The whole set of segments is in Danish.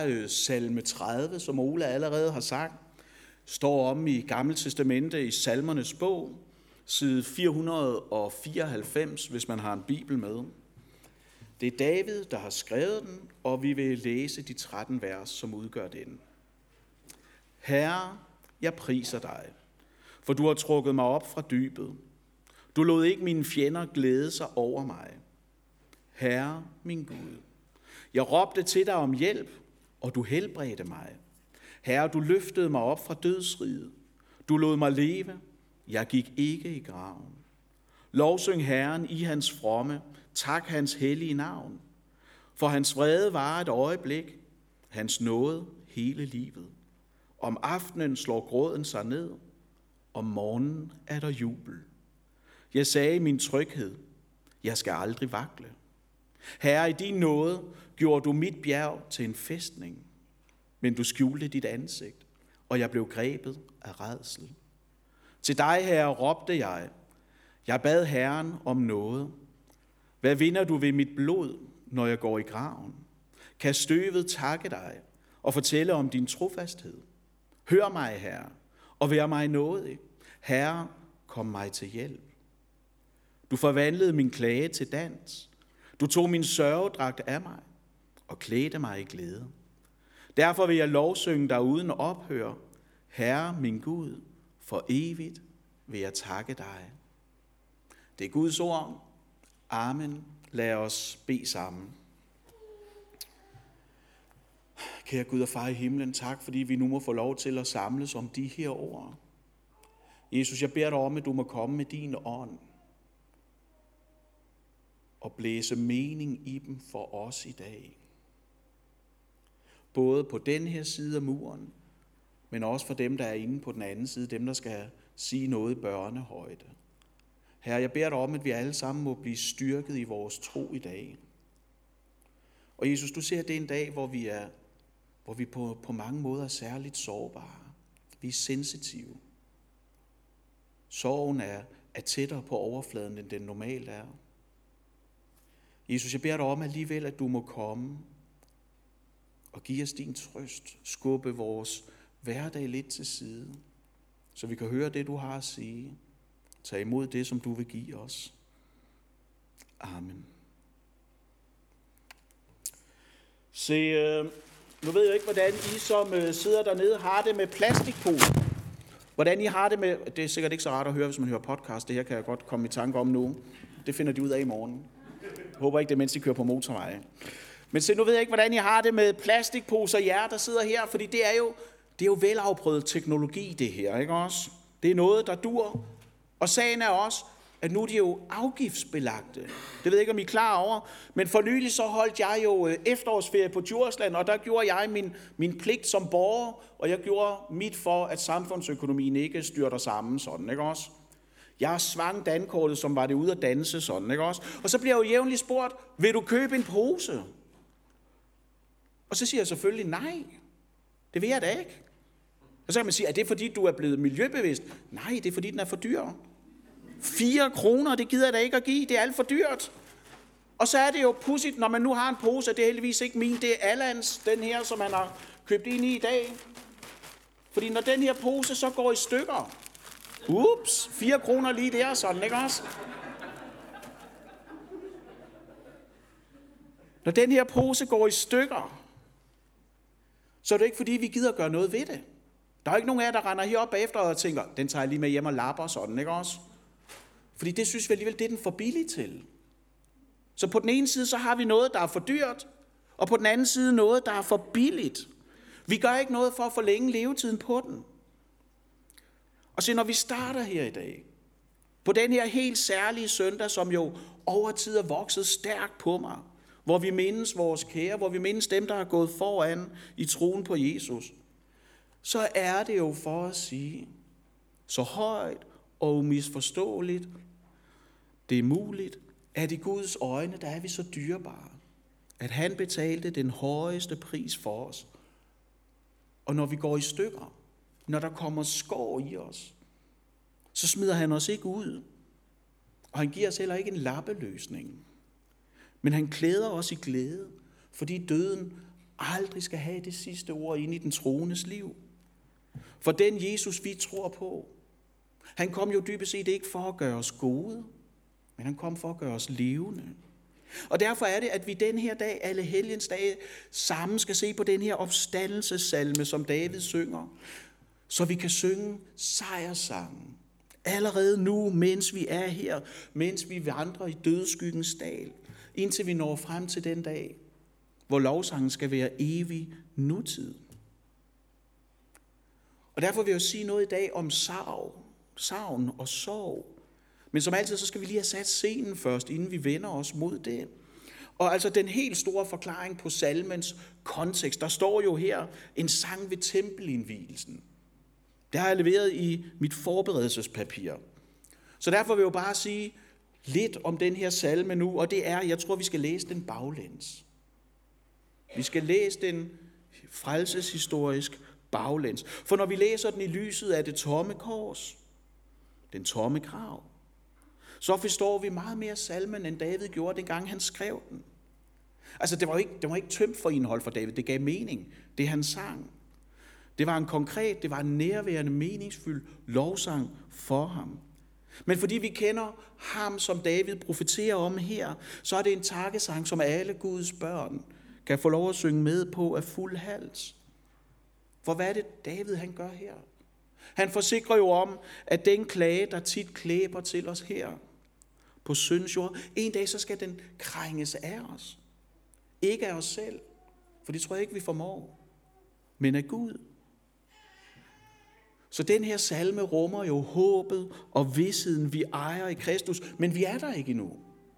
Salme 30, som Ole allerede har sagt, står om i Gamle Testamente i Salmernes bog, side 494, hvis man har en bibel med. Det er David, der har skrevet den, og vi vil læse de 13 vers, som udgør den. Herre, jeg priser dig, for du har trukket mig op fra dybet. Du lod ikke mine fjender glæde sig over mig. Herre, min Gud, jeg råbte til dig om hjælp, og du helbredte mig. Herre, du løftede mig op fra dødsriget. Du lod mig leve. Jeg gik ikke i graven. Lovsyng Herren i hans fromme. Tak hans hellige navn. For hans vrede var et øjeblik. Hans nåde hele livet. Om aftenen slår gråden sig ned. Om morgenen er der jubel. Jeg sagde i min tryghed, jeg skal aldrig vakle. Herre, i din nåde gjorde du mit bjerg til en fæstning. Men du skjulte dit ansigt, og jeg blev grebet af rædsel. Til dig, Herre, råbte jeg. Jeg bad Herren om noget. Hvad vinder du ved mit blod, når jeg går i graven? Kan støvet takke dig og fortælle om din trofasthed? Hør mig, Herre, og vær mig nådig. Herre, kom mig til hjælp. Du forvandlede min klage til dans. Du tog min sørgedragt af mig og klædte mig i glæde. Derfor vil jeg lovsynge dig uden ophør. Herre, min Gud, for evigt vil jeg takke dig. Det er Guds ord. Amen. Lad os bede sammen. Kære Gud og Far i himlen, tak fordi vi nu må få lov til at samles om de her ord. Jesus, jeg beder dig om, at du må komme med din ånd og blæse mening i dem for os i dag. Både på den her side af muren, men også for dem, der er inde på den anden side, dem, der skal sige noget i børnehøjde. Herre, jeg beder dig om, at vi alle sammen må blive styrket i vores tro i dag. Og Jesus, du ser, at det er en dag, hvor vi på mange måder er særligt sårbare. Vi er sensitive. Sorgen er tættere på overfladen, end den normalt er. Jesus, jeg beder dig om alligevel, at du må komme og give os din trøst. Skubbe vores hverdag lidt til side, så vi kan høre det, du har at sige. Tag imod det, som du vil give os. Amen. Se, nu ved jeg ikke, hvordan I, som sidder dernede, har det med plastikposer. Hvordan I har det med, det er sikkert ikke så rart at høre, hvis man hører podcast. Det her kan jeg godt komme i tanke om nu. Det finder de ud af i morgen. Jeg håber ikke, det er, mens de kører på motorveje. Men se, nu ved jeg ikke, hvordan I har det med plastikposer, jer, der sidder her, fordi det er jo velafprøvet teknologi, det her, ikke også? Det er noget, der dur. Og sagen er også, at nu er de jo afgiftsbelagte. Det ved jeg ikke, om I er klar over. Men for nylig så holdt jeg jo efterårsferie på Djursland, og der gjorde jeg min pligt som borger, og jeg gjorde mit for, at samfundsøkonomien ikke styrter sammen, sådan, ikke også? Jeg svang dankortet, som var det ude at danse, sådan, ikke også? Og så bliver jeg jo jævnligt spurgt, vil du købe en pose? Og så siger jeg selvfølgelig nej. Det vil jeg da ikke. Og så kan man sige, er det fordi, du er blevet miljøbevidst? Nej, det er fordi, den er for dyr. 4 kroner, det gider jeg da ikke at give. Det er alt for dyrt. Og så er det jo pudsigt, når man nu har en pose, det er heldigvis ikke min, det er Allans, den her, som man har købt ind i dag. Fordi når den her pose så går i stykker, 4 kroner lige der, sådan, ikke også? Når den her pose går i stykker, så er det ikke fordi, vi gider gøre noget ved det. Der er ikke nogen af jer, der render herop bagefter og tænker, den tager jeg lige med hjem og lapper, sådan, ikke også? Fordi det synes vi alligevel, det er den for billig til. Så på den ene side, så har vi noget, der er for dyrt, og på den anden side noget, der er for billigt. Vi gør ikke noget for at forlænge levetiden på den. Og så når vi starter her i dag, på den her helt særlige søndag, som jo over tid er vokset stærkt på mig, hvor vi mindes vores kære, hvor vi mindes dem, der er gået foran i troen på Jesus, så er det jo for at sige, så højt og umisforståeligt, det er muligt, at i Guds øjne, der er vi så dyrebare, at han betalte den højeste pris for os. Og når vi går i stykker, når der kommer skår i os, så smider han os ikke ud. Og han giver os heller ikke en lappeløsning. Men han klæder os i glæde, fordi døden aldrig skal have det sidste ord ind i den troendes liv. For den Jesus, vi tror på, han kom jo dybest set ikke for at gøre os gode, men han kom for at gøre os levende. Og derfor er det, at vi den her dag, alle helgens dage, sammen skal se på den her opstandelsessalme, som David synger, så vi kan synge sejrssangen. Allerede nu, mens vi er her, mens vi vandrer i dødsskyggens dal, indtil vi når frem til den dag, hvor lovsangen skal være evig nutid. Og derfor vil jeg sige noget i dag om savn og sorg. Men som altid, så skal vi lige have sat scenen først, inden vi vender os mod det. Og altså den helt store forklaring på salmens kontekst, der står jo her en sang ved tempelindvielsen. Det har jeg leveret i mit forberedelsespapir. Så derfor vil jeg jo bare sige lidt om den her salme nu, og det er, jeg tror, vi skal læse den baglæns. Vi skal læse den frelseshistorisk baglæns. For når vi læser den i lyset af det tomme kors, den tomme grav, så forstår vi meget mere salmen, end David gjorde, dengang han skrev den. Altså, det var ikke tømt for indhold for David. Det gav mening, det han sang. Det var en konkret, det var en nærværende, meningsfyldt lovsang for ham. Men fordi vi kender ham, som David profeterer om her, så er det en takkesang, som alle Guds børn kan få lov at synge med på af fuld hals. For hvad er det, David han gør her? Han forsikrer jo om, at den klage, der tit klæber til os her på synds jord, en dag så skal den krænges af os. Ikke af os selv, for det tror jeg ikke, vi formår, men af Gud. Så den her salme rummer jo håbet og vidsheden, vi ejer i Kristus, men vi er der ikke endnu.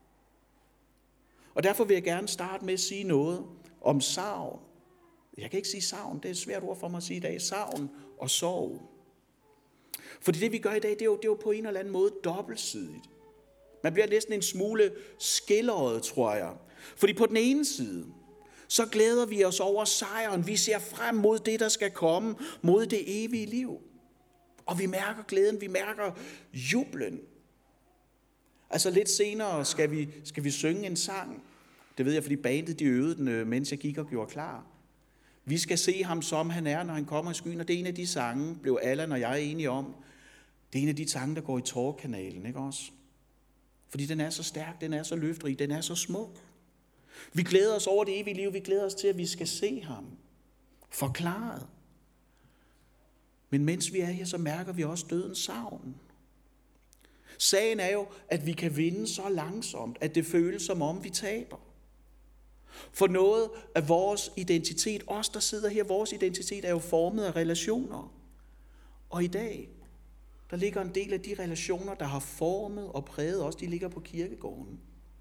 Og derfor vil jeg gerne starte med at sige noget om savn. Jeg kan ikke sige savn, det er et svært ord for mig at sige i dag. Savn og sorg. Fordi det vi gør i dag, det er jo på en eller anden måde dobbeltsidigt. Man bliver næsten en smule skilleret, tror jeg. Fordi på den ene side, så glæder vi os over sejren. Vi ser frem mod det, der skal komme, mod det evige liv. Og vi mærker glæden, vi mærker jublen. Altså lidt senere skal vi synge en sang. Det ved jeg, fordi bandet de øvede den, mens jeg gik og gjorde klar. Vi skal se ham, som han er, når han kommer i skyen. Og det er en af de sange, blev Allan og jeg enige om. Det er en af de sange, der går i Tårekanalen, ikke også? Fordi den er så stærk, den er så løfterig, den er så smuk. Vi glæder os over det evige liv, vi glæder os til, at vi skal se ham forklaret. Men mens vi er her, så mærker vi også dødens savn. Sagen er jo, at vi kan vinde så langsomt, at det føles som om vi taber. For noget af vores identitet, os der sidder her, vores identitet er jo formet af relationer. Og i dag, der ligger en del af de relationer, der har formet og præget os, de ligger på kirkegården.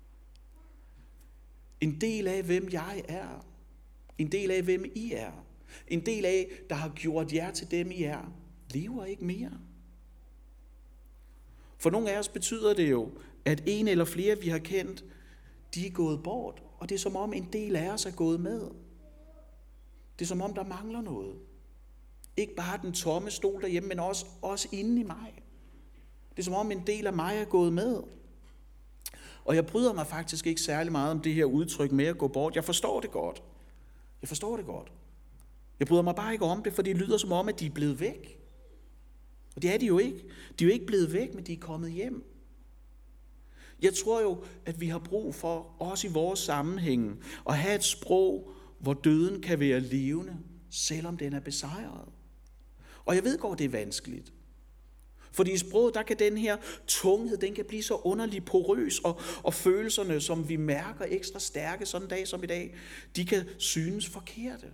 En del af, hvem jeg er. En del af, hvem I er. En del af, der har gjort jer til dem, I er, lever ikke mere. For nogle af os betyder det jo, at en eller flere, vi har kendt, de er gået bort. Og det er som om en del af os er gået med. Det er som om, der mangler noget. Ikke bare den tomme stol derhjemme, men også inde i mig. Det er som om en del af mig er gået med. Og jeg bryder mig faktisk ikke særlig meget om det her udtryk med at gå bort. Jeg forstår det godt. Jeg bryder mig bare ikke om det, for det lyder som om, at de er blevet væk. Og det er de jo ikke. De er jo ikke blevet væk, men de er kommet hjem. Jeg tror jo, at vi har brug for, også i vores sammenhæng, at have et sprog, hvor døden kan være levende, selvom den er besejret. Og jeg ved godt, det er vanskeligt. Fordi i sproget, der kan den her tunghed, den kan blive så underlig porøs, og følelserne, som vi mærker ekstra stærke sådan en dag som i dag, de kan synes forkerte.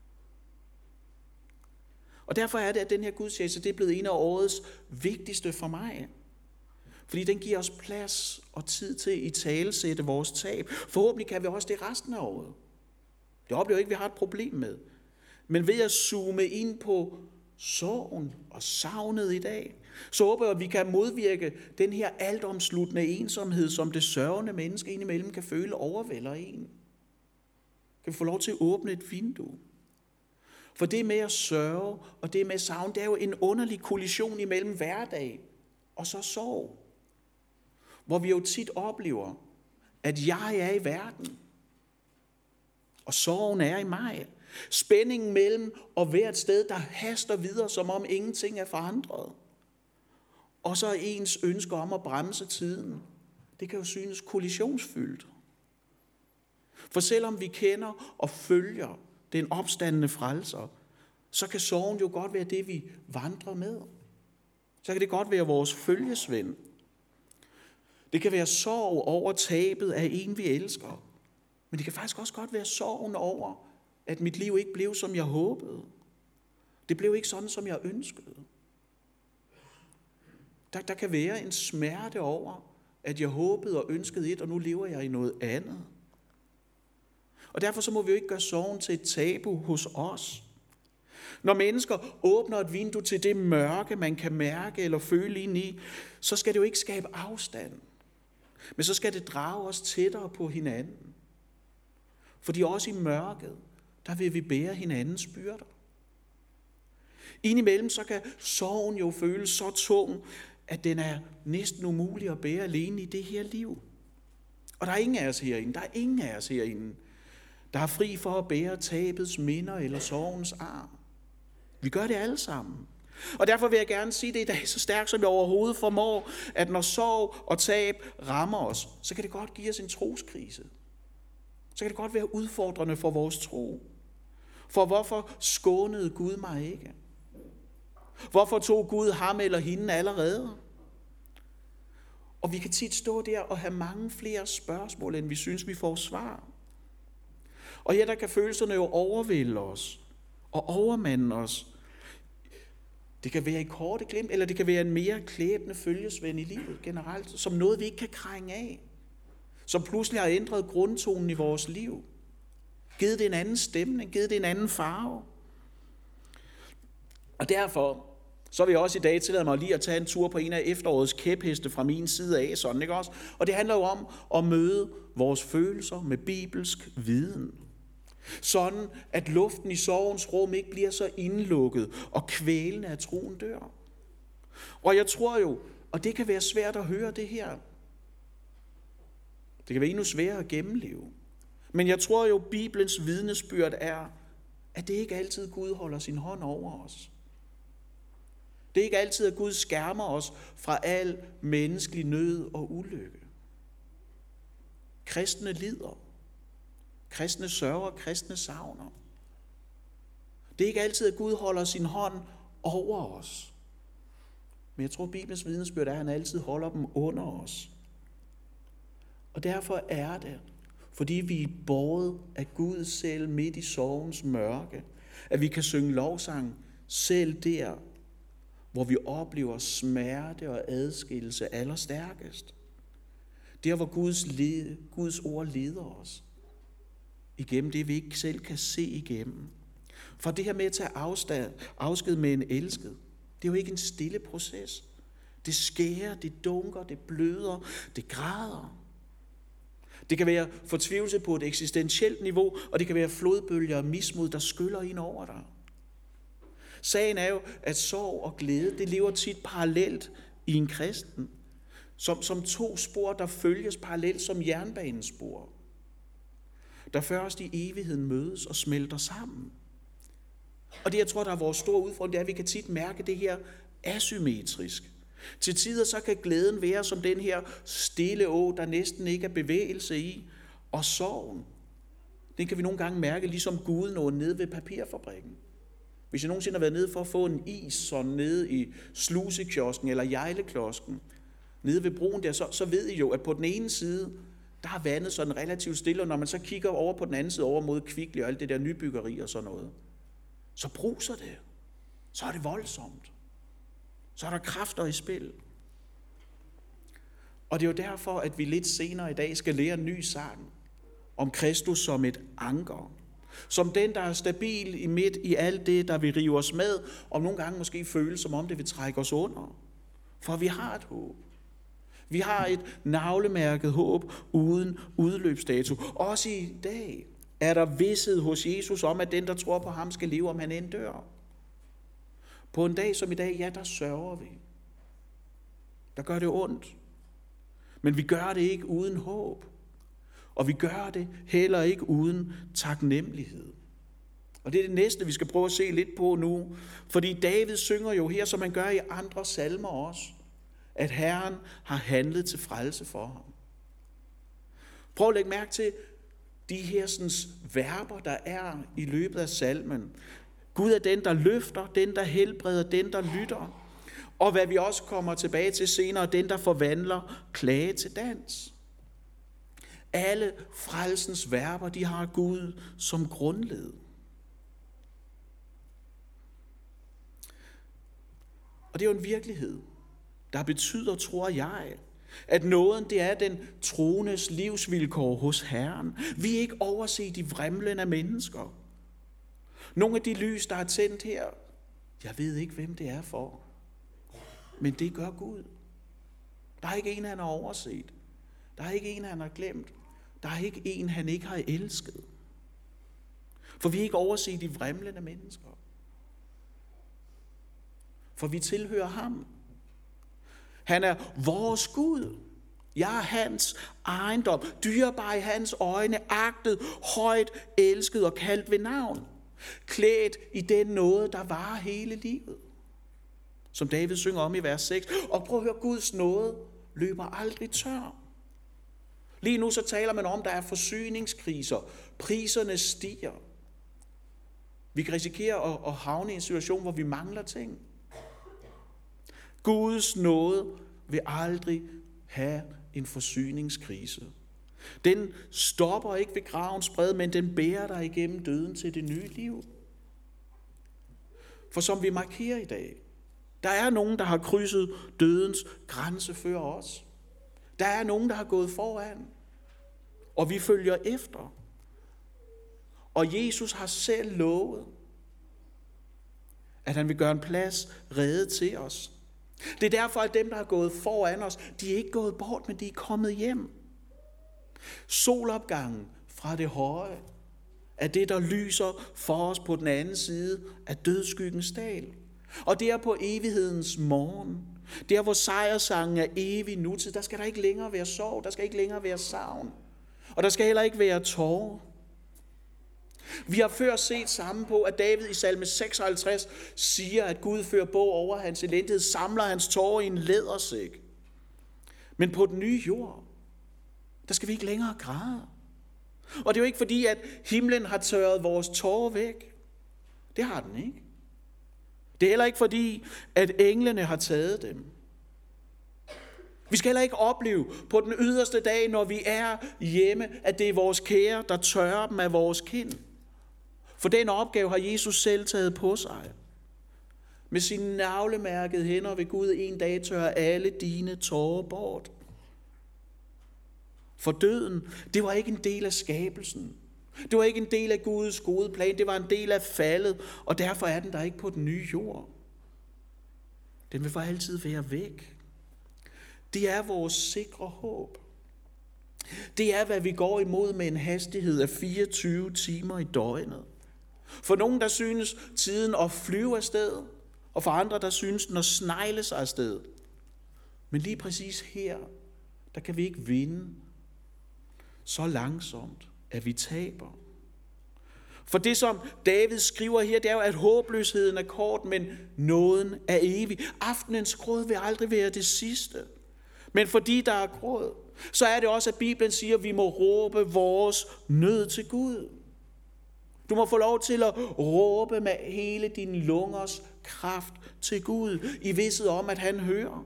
Og derfor er det, at den her gudstjeneste, det er blevet en af årets vigtigste for mig. Fordi den giver os plads og tid til at italesætte vores tab. Forhåbentlig kan vi også det resten af året. Det oplever ikke, vi har et problem med. Men ved at zoome ind på sorgen og savnet i dag, så håber jeg, at vi kan modvirke den her altomsluttende ensomhed, som det sørgende menneske indimellem kan føle overvælder en. Kan vi få lov til at åbne et vindue? For det med at sørge og det med savn, det er jo en underlig kollision imellem hverdag og så sorg. Hvor vi jo tit oplever, at jeg er i verden, og sorgen er i mig. Spændingen mellem at være et sted, der haster videre, som om ingenting er forandret. Og så ens ønske om at bremse tiden. Det kan jo synes kollisionsfyldt. For selvom vi kender og følger den opstandende frelser, så kan sorgen jo godt være det, vi vandrer med. Så kan det godt være vores følgesvend. Det kan være sorg over tabet af en, vi elsker. Men det kan faktisk også godt være sorgen over, at mit liv ikke blev, som jeg håbede. Det blev ikke sådan, som jeg ønskede. Der kan være en smerte over, at jeg håbede og ønskede et, og nu lever jeg i noget andet. Og derfor så må vi jo ikke gøre sorgen til et tabu hos os. Når mennesker åbner et vindue til det mørke, man kan mærke eller føle ind i, så skal det jo ikke skabe afstand. Men så skal det drage os tættere på hinanden. Fordi også i mørket, der vil vi bære hinandens byrder. Indimellem så kan sorgen jo føles så tung, at den er næsten umulig at bære alene i det her liv. Og der er ingen af os herinde, der er fri for at bære tabets minder eller sorgens ar. Vi gør det alle sammen. Og derfor vil jeg gerne sige det i dag så stærkt, som jeg overhovedet formår, at når sorg og tab rammer os, så kan det godt give os en troskrise. Så kan det godt være udfordrende for vores tro. For hvorfor skånede Gud mig ikke? Hvorfor tog Gud ham eller hende allerede? Og vi kan tit stå der og have mange flere spørgsmål, end vi synes, vi får svar. Og her der kan følelserne jo overvælde os og overmande os. Det kan være i korte glimt, eller det kan være en mere klæbende følgesvend i livet generelt, som noget, vi ikke kan krænge af. Som pludselig har ændret grundtonen i vores liv. Givet det en anden stemning, givet det en anden farve. Og derfor så vil jeg også i dag tillade mig lige at tage en tur på en af efterårets kæpheste fra min side af, sådan, ikke også? Og det handler jo om at møde vores følelser med bibelsk viden. Sådan, at luften i sorgens rum ikke bliver så indlukket og kvælende, at troen dør. Og jeg tror jo, og det kan være svært at høre det her. Det kan være endnu sværere at gennemleve. Men jeg tror jo, Bibelens vidnesbyrd er, at det ikke altid Gud holder sin hånd over os. Det er ikke altid, at Gud skærmer os fra al menneskelig nød og ulykke. Kristne lider. Kristne sørger, kristne savner. Det er ikke altid, at Gud holder sin hånd over os. Men jeg tror, Bibelens vidnesbyrd er, at han altid holder dem under os. Og derfor er det, fordi vi er båret af Gud selv midt i sorgens mørke, at vi kan synge lovsang selv der, hvor vi oplever smerte og adskillelse allerstærkest. Der, hvor Guds ord leder os. Igennem det, vi ikke selv kan se igennem. For det her med at tage afsked med en elsket, det er jo ikke en stille proces. Det skærer, det dunker, det bløder, det græder. Det kan være fortvivlelse på et eksistentielt niveau, og det kan være flodbølger og mismod, der skyller ind over dig. Sagen er jo, at sorg og glæde, det lever tit parallelt i en kristen. Som to spor, der følges parallelt som jernbanespor. Der først i evigheden mødes og smelter sammen. Og det, jeg tror, der er vores store udfordring, det er, at vi kan tit mærke det her asymmetrisk. Til tider så kan glæden være som den her stille å, der næsten ikke er bevægelse i, og sorgen, den kan vi nogle gange mærke ligesom gudenåen nede ved papirfabrikken. Hvis jeg nogensinde har været nede for at få en is, sådan nede i Slusekiosken eller Jejlekiosken, nede ved broen der, så ved I jo, at på den ene side, der har vandet sådan relativt stille, og når man så kigger over på den anden side, over mod Kvickly og alt det der nybyggeri og sådan noget, så bruser det. Så er det voldsomt. Så er der kræfter i spil. Og det er jo derfor, at vi lidt senere i dag skal lære en ny sang om Kristus som et anker. Som den, der er stabil i midt i alt det, der vil rive os med, og nogle gange måske føles, som om det vil trække os under. For vi har et håb. Vi har et navlemærket håb uden udløbsdato. Også i dag er der vished hos Jesus om, at den, der tror på ham, skal leve, om han end dør. På en dag som i dag, ja, der sørger vi. Der gør det ondt. Men vi gør det ikke uden håb. Og vi gør det heller ikke uden taknemmelighed. Og det er det næste, vi skal prøve at se lidt på nu. Fordi David synger jo her, som han gør i andre salmer også, at Herren har handlet til frelse for ham. Prøv at lægge mærke til de her sådan, verber, der er i løbet af salmen. Gud er den, der løfter, den, der helbreder, den, der lytter. Og hvad vi også kommer tilbage til senere, den, der forvandler klage til dans. Alle frelsens verber, de har Gud som grundled. Og det er jo en virkelighed, der betyder, tror jeg, at nåden, det er den troendes livsvilkår hos Herren. Vi er ikke overset de vrimlende af mennesker. Nogle af de lys, der er tændt her, jeg ved ikke, hvem det er for. Men det gør Gud. Der er ikke en, han har overset. Der er ikke en, han har glemt. Der er ikke en, han ikke har elsket. For vi er ikke overset de vrimlende mennesker. For vi tilhører ham. Han er vores Gud. Jeg er hans ejendom. Dyrebar i hans øjne, agtet, højt, elsket og kaldt ved navn. Klædt i den nåde, der varer hele livet. Som David synger om i vers 6. Og prøv at høre, Guds nåde løber aldrig tør. Lige nu så taler man om, at der er forsyningskriser. Priserne stiger. Vi kan risikere at havne i en situation, hvor vi mangler ting. Guds nåde vil aldrig have en forsyningskrise. Den stopper ikke ved gravens bred, men den bærer dig igennem døden til det nye liv. For som vi markerer i dag, der er nogen, der har krydset dødens grænse før os. Der er nogen, der har gået foran, og vi følger efter. Og Jesus har selv lovet, at han vil gøre en plads rede til os. Det er derfor, at dem, der har gået foran os, de er ikke gået bort, men de er kommet hjem. Solopgangen fra det høje er det, der lyser for os på den anden side af dødsskyggens dal. Og det er på evighedens morgen. Der, hvor sejrsangen er evig nutid, der skal der ikke længere være sorg, der skal ikke længere være savn. Og der skal heller ikke være tårer. Vi har før set sammen på, at David i salme 56 siger, at Gud fører bog over hans elendighed, samler hans tårer i en lædersæk. Men på den nye jord, der skal vi ikke længere græde. Og det er jo ikke fordi, at himlen har tørret vores tårer væk. Det har den ikke. Det er heller ikke fordi, at englene har taget dem. Vi skal heller ikke opleve på den yderste dag, når vi er hjemme, at det er vores kære, der tørrer dem af vores kind. For den opgave har Jesus selv taget på sig. Med sine navlemærkede hænder vil Gud en dag tørre alle dine tårer bort. For døden, det var ikke en del af skabelsen. Det var ikke en del af Guds gode plan. Det var en del af faldet, og derfor er den der ikke på den nye jord. Den vil for altid være væk. Det er vores sikre håb. Det er, hvad vi går imod med en hastighed af 24 timer i døgnet. For nogen, der synes tiden at flyve afsted, og for andre, der synes den at snegle sig afsted. Men lige præcis her, der kan vi ikke vinde så langsomt, at vi taber. For det, som David skriver her, det er jo, at håbløsheden er kort, men nåden er evig. Aftenens gråd vil aldrig være det sidste. Men fordi der er gråd, så er det også, at Bibelen siger, at vi må råbe vores nød til Gud. Du må få lov til at råbe med hele din lungers kraft til Gud, i vidsthed om, at han hører.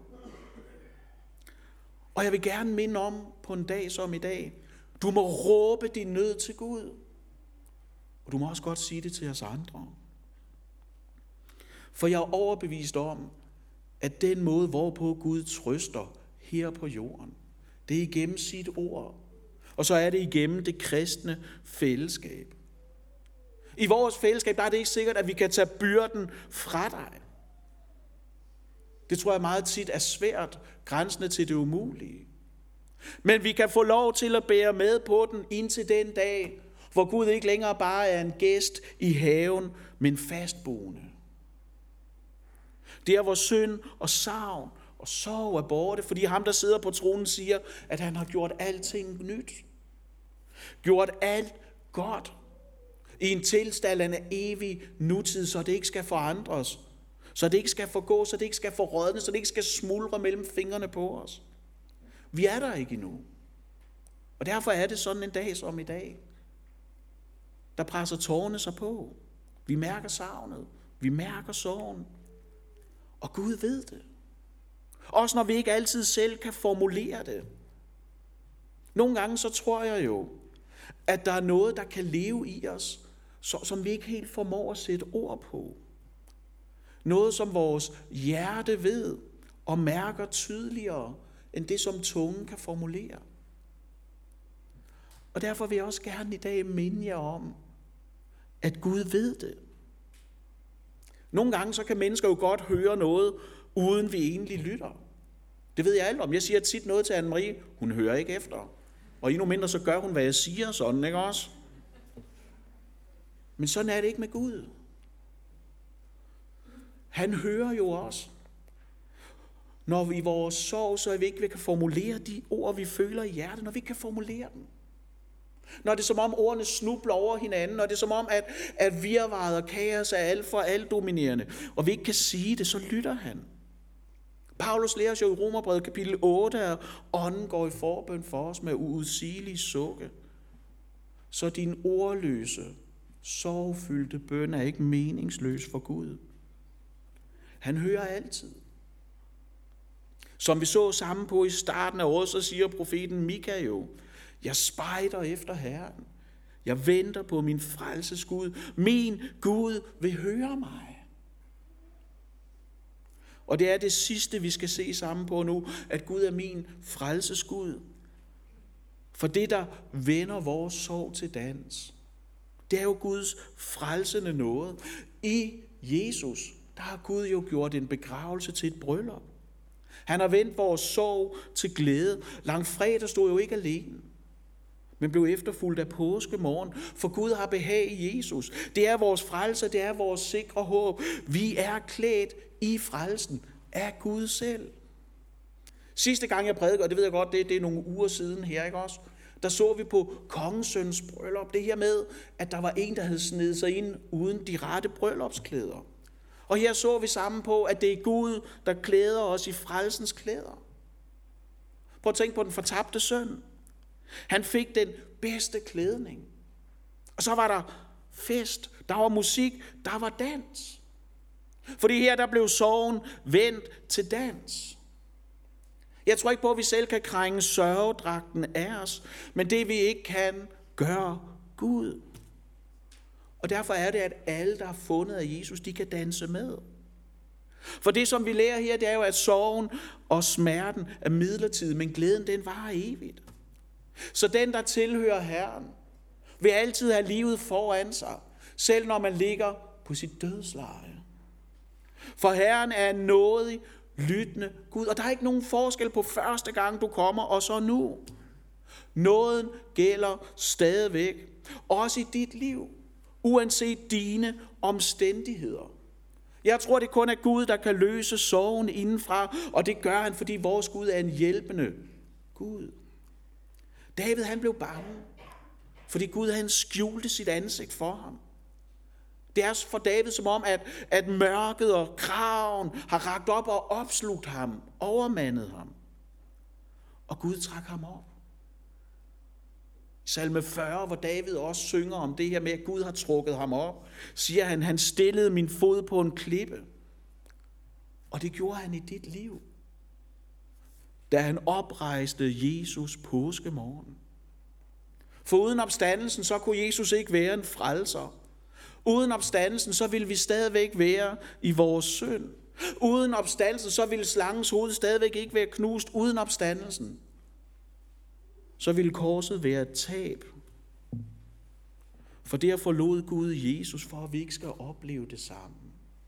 Og jeg vil gerne minde om på en dag som i dag, du må råbe din nød til Gud. Og du må også godt sige det til os andre. For jeg er overbevist om, at den måde, hvorpå Gud trøster her på jorden, det er igennem sit ord. Og så er det igennem det kristne fællesskab. I vores fællesskab, der er det ikke sikkert, at vi kan tage byrden fra dig. Det tror jeg meget tit er svært, grænsende til det umulige. Men vi kan få lov til at bære med på den indtil den dag, hvor Gud ikke længere bare er en gæst i haven, men fastboende. Der hvor synd og savn og sorg er borte, fordi ham, der sidder på tronen, siger, at han har gjort alting nyt. Gjort alt godt. I en tilstand af evig nutid, så det ikke skal forandres. Så det ikke skal forgå, så det ikke skal forrådne, så det ikke skal smuldre mellem fingrene på os. Vi er der ikke endnu. Og derfor er det sådan en dag som i dag. Der presser tårerne sig på. Vi mærker savnet. Vi mærker sorgen. Og Gud ved det. Også når vi ikke altid selv kan formulere det. Nogle gange så tror jeg jo, at der er noget, der kan leve i os, som vi ikke helt formår at sætte ord på. Noget, som vores hjerte ved og mærker tydeligere, end det, som tungen kan formulere. Og derfor vil jeg også gerne i dag minde jer om, at Gud ved det. Nogle gange så kan mennesker jo godt høre noget, uden vi egentlig lytter. Det ved jeg alt om. Jeg siger tit noget til Anne-Marie, hun hører ikke efter. Og endnu mindre så gør hun, hvad jeg siger, sådan, ikke også? Men sådan er det ikke med Gud. Han hører jo også. Når vi i vores sorg, så er vi ikke kan formulere de ord, vi føler i hjertet, når vi ikke kan formulere dem. Når det er som om ordene snubler over hinanden, når det er som om, at virvaret og kaos er alt for alt dominerende, og vi ikke kan sige det, så lytter han. Paulus lærer os jo i Romerbrevet kapitel 8, at ånden går i forbøn for os med uudsigelige sukke. Så din ordløse, sorgfyldte bøn er ikke meningsløs for Gud. Han hører altid. Som vi så sammen på i starten af året, så siger profeten Mika jo, jeg spejder efter Herren. Jeg venter på min frelses Gud. Min Gud vil høre mig. Og det er det sidste, vi skal se sammen på nu, at Gud er min frelses Gud. For det, der vender vores sorg til dans, det er jo Guds frelsende nåde. I Jesus, der har Gud jo gjort en begravelse til et bryllup. Han har vendt vores sorg til glæde. Langfredag stod jo ikke alene, men blev efterfulgt af påskemorgen, for Gud har behag i Jesus. Det er vores frelse, det er vores sikre håb. Vi er klædt i frelsen af Gud selv. Sidste gang jeg prædikede, og det ved jeg godt, det er nogle uger siden her, ikke også? Der så vi på kongesøns bryllup, det her med, at der var en, der havde snedet sig ind uden de rette bryllupsklæder. Og her så vi sammen på, at det er Gud, der klæder os i frelsens klæder. Prøv at tænke på den fortabte søn. Han fik den bedste klædning. Og så var der fest, der var musik, der var dans. Fordi her der blev sorgen vendt til dans. Jeg tror ikke på, at vi selv kan krænge sørgedragten af os, men det vi ikke kan, gør Gud. Og derfor er det, at alle, der er fundet af Jesus, de kan danse med. For det, som vi lærer her, det er jo, at sorgen og smerten er midlertidig, men glæden, den varer evigt. Så den, der tilhører Herren, vil altid have livet foran sig, selv når man ligger på sit dødsleje. For Herren er en nådig, lyttende Gud, og der er ikke nogen forskel på første gang, du kommer, og så nu. Nåden gælder stadigvæk, også i dit liv, uanset dine omstændigheder. Jeg tror, det kun er Gud, der kan løse sorgen indenfra, og det gør han, fordi vores Gud er en hjælpende Gud. David, han blev bange, fordi Gud, han skjulte sit ansigt for ham. Det er for David som om, at mørket og kraven har rakt op og opslugt ham, overmandet ham. Og Gud trak ham op. I salme 40, hvor David også synger om det her med, at Gud har trukket ham op, siger han stillede min fod på en klippe. Og det gjorde han i dit liv, da han oprejste Jesus påskemorgen. For uden opstandelsen, så kunne Jesus ikke være en frelser. Uden opstandelsen, så ville vi stadigvæk være i vores synd. Uden opstandelsen, så ville slangens hoved stadigvæk ikke være knust. Uden opstandelsen, så ville korset være et tab. For der forlod Gud Jesus, for at vi ikke skal opleve det samme.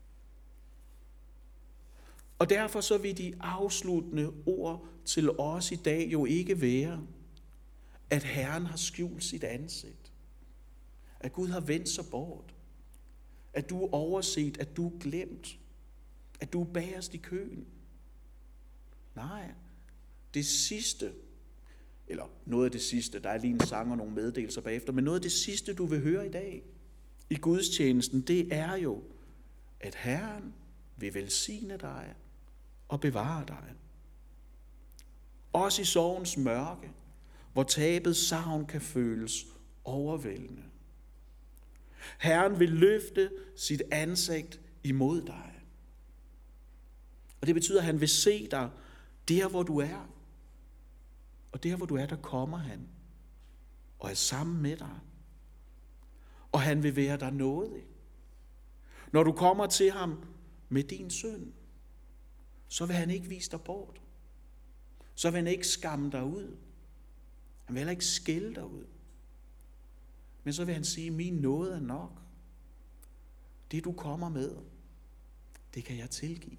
Og derfor så vil de afsluttende ord til os i dag jo ikke være, at Herren har skjult sit ansigt. At Gud har vendt sig bort. At du er overset, at du er glemt. At du er bagerst i køen. Nej, det sidste, eller noget af det sidste, der er lige en sang og nogle meddelelser bagefter, men noget af det sidste, du vil høre i dag, i gudstjenesten, det er jo, at Herren vil velsigne dig og bevare dig. Også i sorgens mørke, hvor tabets savn kan føles overvældende. Herren vil løfte sit ansigt imod dig. Og det betyder, at han vil se dig der, hvor du er. Og der, hvor du er, der kommer han og er sammen med dig. Og han vil være dig nådig. Når du kommer til ham med din synd, så vil han ikke vise dig bort. Så vil han ikke skamme dig ud. Han vil heller ikke skælde dig ud. Men så vil han sige, min nåde er nok. Det du kommer med, det kan jeg tilgive.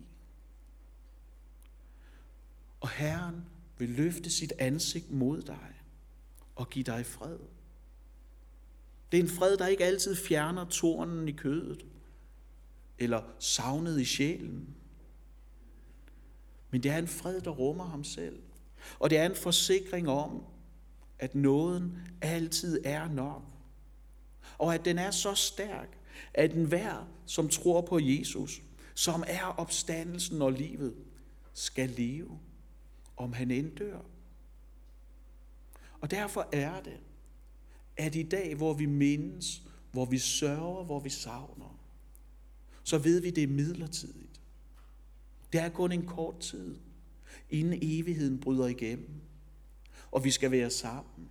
Og Herren vil løfte sit ansigt mod dig og give dig fred. Det er en fred, der ikke altid fjerner tornen i kødet eller savnet i sjælen. Men det er en fred, der rummer ham selv. Og det er en forsikring om, at nåden altid er nok. Og at den er så stærk, at enhver, som tror på Jesus, som er opstandelsen og livet, skal leve, om han end dør. Og derfor er det, at i dag, hvor vi mindes, hvor vi sørger, hvor vi savner, så ved vi, det er midlertidigt. Det er kun en kort tid, inden evigheden bryder igennem. Og vi skal være sammen.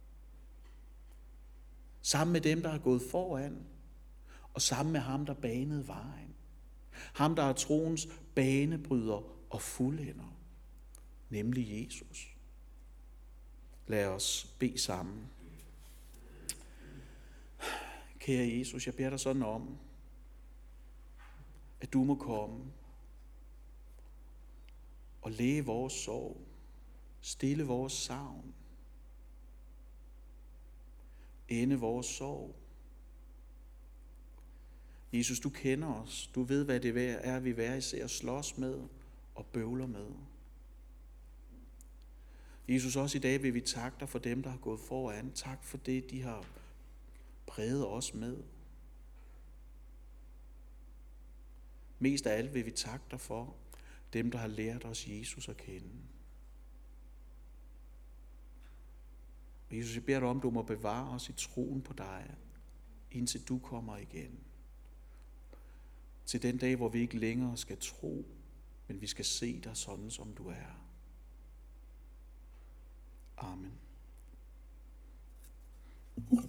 Sammen med dem, der er gået foran, og sammen med ham, der banede vejen. Ham, der er troens banebryder og fuldender, nemlig Jesus. Lad os bede sammen. Kære Jesus, jeg beder dig sådan om, at du må komme og læge vores sorg, stille vores savn, ende vores sorg. Jesus, du kender os. Du ved, hvad det er, vi hver især slås med og bøvler med. Jesus, også i dag vil vi takke dig for dem, der har gået foran. Tak for det, de har præget os med. Mest af alt vil vi takke dig for dem, der har lært os Jesus at kende. Jesus, jeg beder dig om, du må bevare os i troen på dig, indtil du kommer igen. Til den dag, hvor vi ikke længere skal tro, men vi skal se dig sådan, som du er. Amen.